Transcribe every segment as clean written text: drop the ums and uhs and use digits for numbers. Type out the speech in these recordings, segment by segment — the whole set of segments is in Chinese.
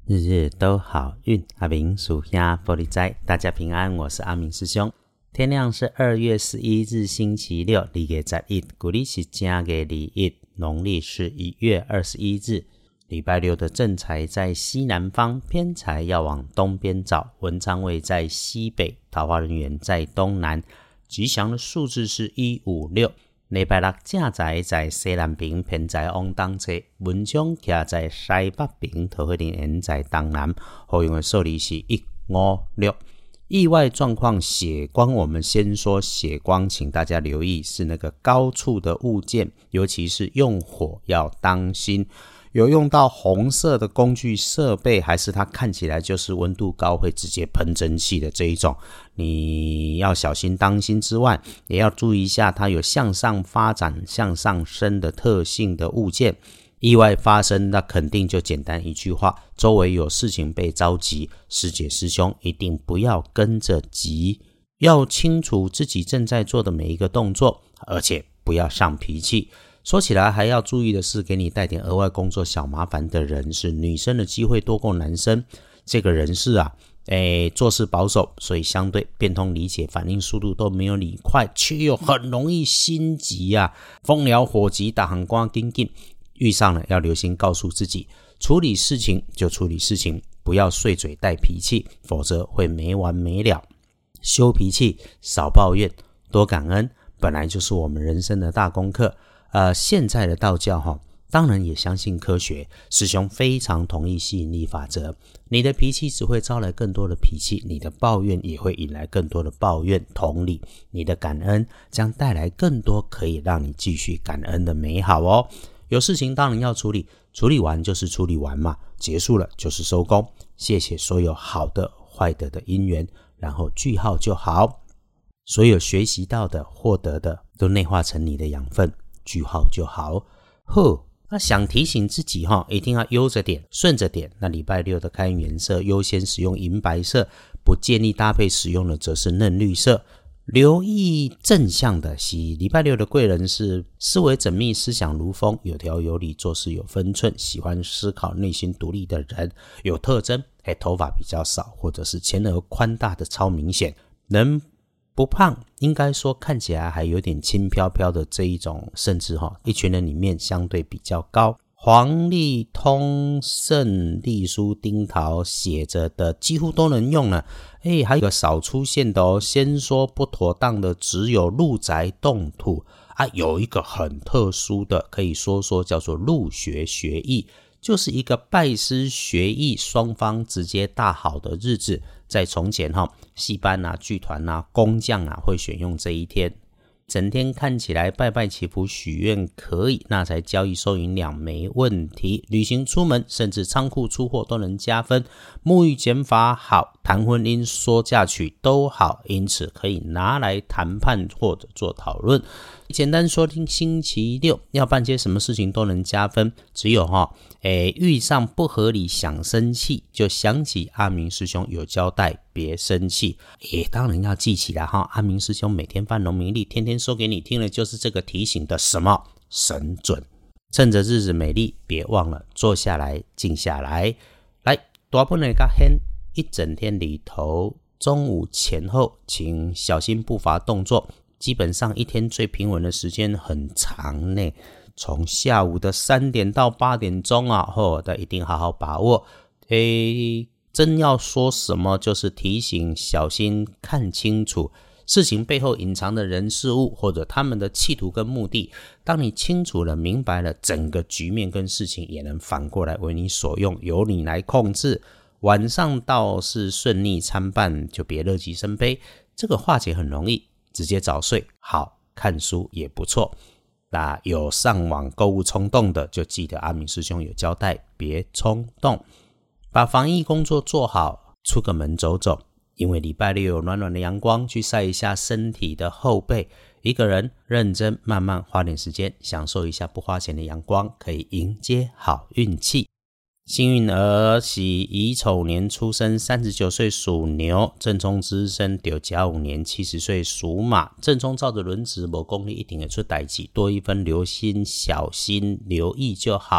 日日都好运，阿明属下玻璃斋，大家平安，我是阿明师兄。天亮是2月11日星期六，2月11，古历是正月21，农历是1月21日。礼拜六的正财在西南方，偏财要往东边找，文昌位在西北，桃花人缘在东南。吉祥的数字是156。礼拜六正财在西南边，偏财往东侧，文昌徛在西北边，桃花人缘在东南。好用的数字是156。意外状况血光，我们先说血光，请大家留意是那个高处的物件，尤其是用火要当心。有用到红色的工具设备，还是它看起来就是温度高会直接喷蒸汽的这一种，你要小心当心之外，也要注意一下它有向上发展向上升的特性的物件。意外发生，那肯定就简单一句话，周围有事情被着急，师姐师兄一定不要跟着急，要清楚自己正在做的每一个动作，而且不要上脾气。说起来还要注意的是，给你带点额外工作小麻烦的人是女生的机会多过男生。这个人是做事保守，所以相对变通理解反应速度都没有你快，却又很容易心急风燎火急，大行光紧紧。遇上了要留心告诉自己，处理事情就处理事情，不要碎嘴带脾气，否则会没完没了。修脾气，少抱怨，多感恩，本来就是我们人生的大功课。现在的道教当然也相信科学，师兄非常同意吸引力法则。你的脾气只会招来更多的脾气，你的抱怨也会引来更多的抱怨。同理，你的感恩将带来更多可以让你继续感恩的美好哦。有事情当然要处理，处理完就是处理完嘛，结束了就是收工。谢谢所有好的坏的因缘，然后句号就好。所有学习到的获得的都内化成你的养分，句号就好。那想提醒自己一定要悠着点顺着点。那礼拜六的开运颜色优先使用银白色，不建议搭配使用的则是嫩绿色。留意正向的是礼拜六的贵人是思维缜密，思想如风，有条有理，做事有分寸，喜欢思考，内心独立的人。有特征头发比较少，或者是前额宽大的超明显，人不胖，应该说看起来还有点轻飘飘的这一种，甚至一群人里面相对比较高。黄历通胜隶书丁桃写着的几乎都能用了。还有个少出现的先说不妥当的只有入宅动土有一个很特殊的可以说叫做入学学艺，就是一个拜师学艺双方直接大好的日子。在从前戏班剧团工匠会选用这一天，整天看起来拜拜祈福许愿可以，那才交易收银两没问题。旅行出门甚至仓库出货都能加分，沐浴减法好，谈婚姻说嫁娶都好，因此可以拿来谈判或者做讨论。简单说，星期六要办些什么事情都能加分，只有遇上不合理想生气，就想起阿明师兄有交代别生气。当然要记起来阿明师兄每天翻农民历，天天说给你听的就是这个提醒的什么神准。趁着日子美丽，别忘了坐下来静下来。来，大本的跟hen一整天里头，中午前后请小心步伐动作。基本上一天最平稳的时间很长呢，从下午的3点到8点钟一定好好把握。真要说什么，就是提醒小心看清楚事情背后隐藏的人事物，或者他们的企图跟目的。当你清楚了明白了，整个局面跟事情也能反过来为你所用，由你来控制。晚上倒是顺利参半，就别乐极生悲，这个化解很容易，直接早睡，好看书也不错。那有上网购物冲动的，就记得阿明师兄有交代，别冲动，把防疫工作做好，出个门走走。因为礼拜六有暖暖的阳光，去晒一下身体的后背。一个人认真慢慢花点时间，享受一下不花钱的阳光，可以迎接好运气。幸运儿是乙丑年出生，39岁属牛，正冲之身就甲午年70岁属马。正冲照着轮子，没功力一定会出代志，多一分留心小心留意就好。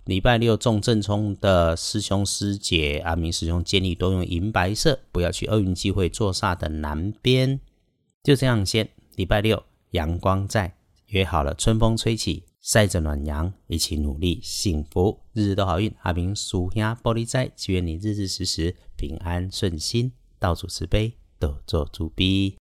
礼拜六中正冲的师兄师姐，阿明师兄建议都用银白色，不要去厄运机会坐煞的南边。就这样先，礼拜六阳光在，约好了春风吹起，晒着暖阳，一起努力幸福，日日都好运。阿明属兄玻璃斋，祈愿你日日时时平安顺心，道主慈悲，多做主逼。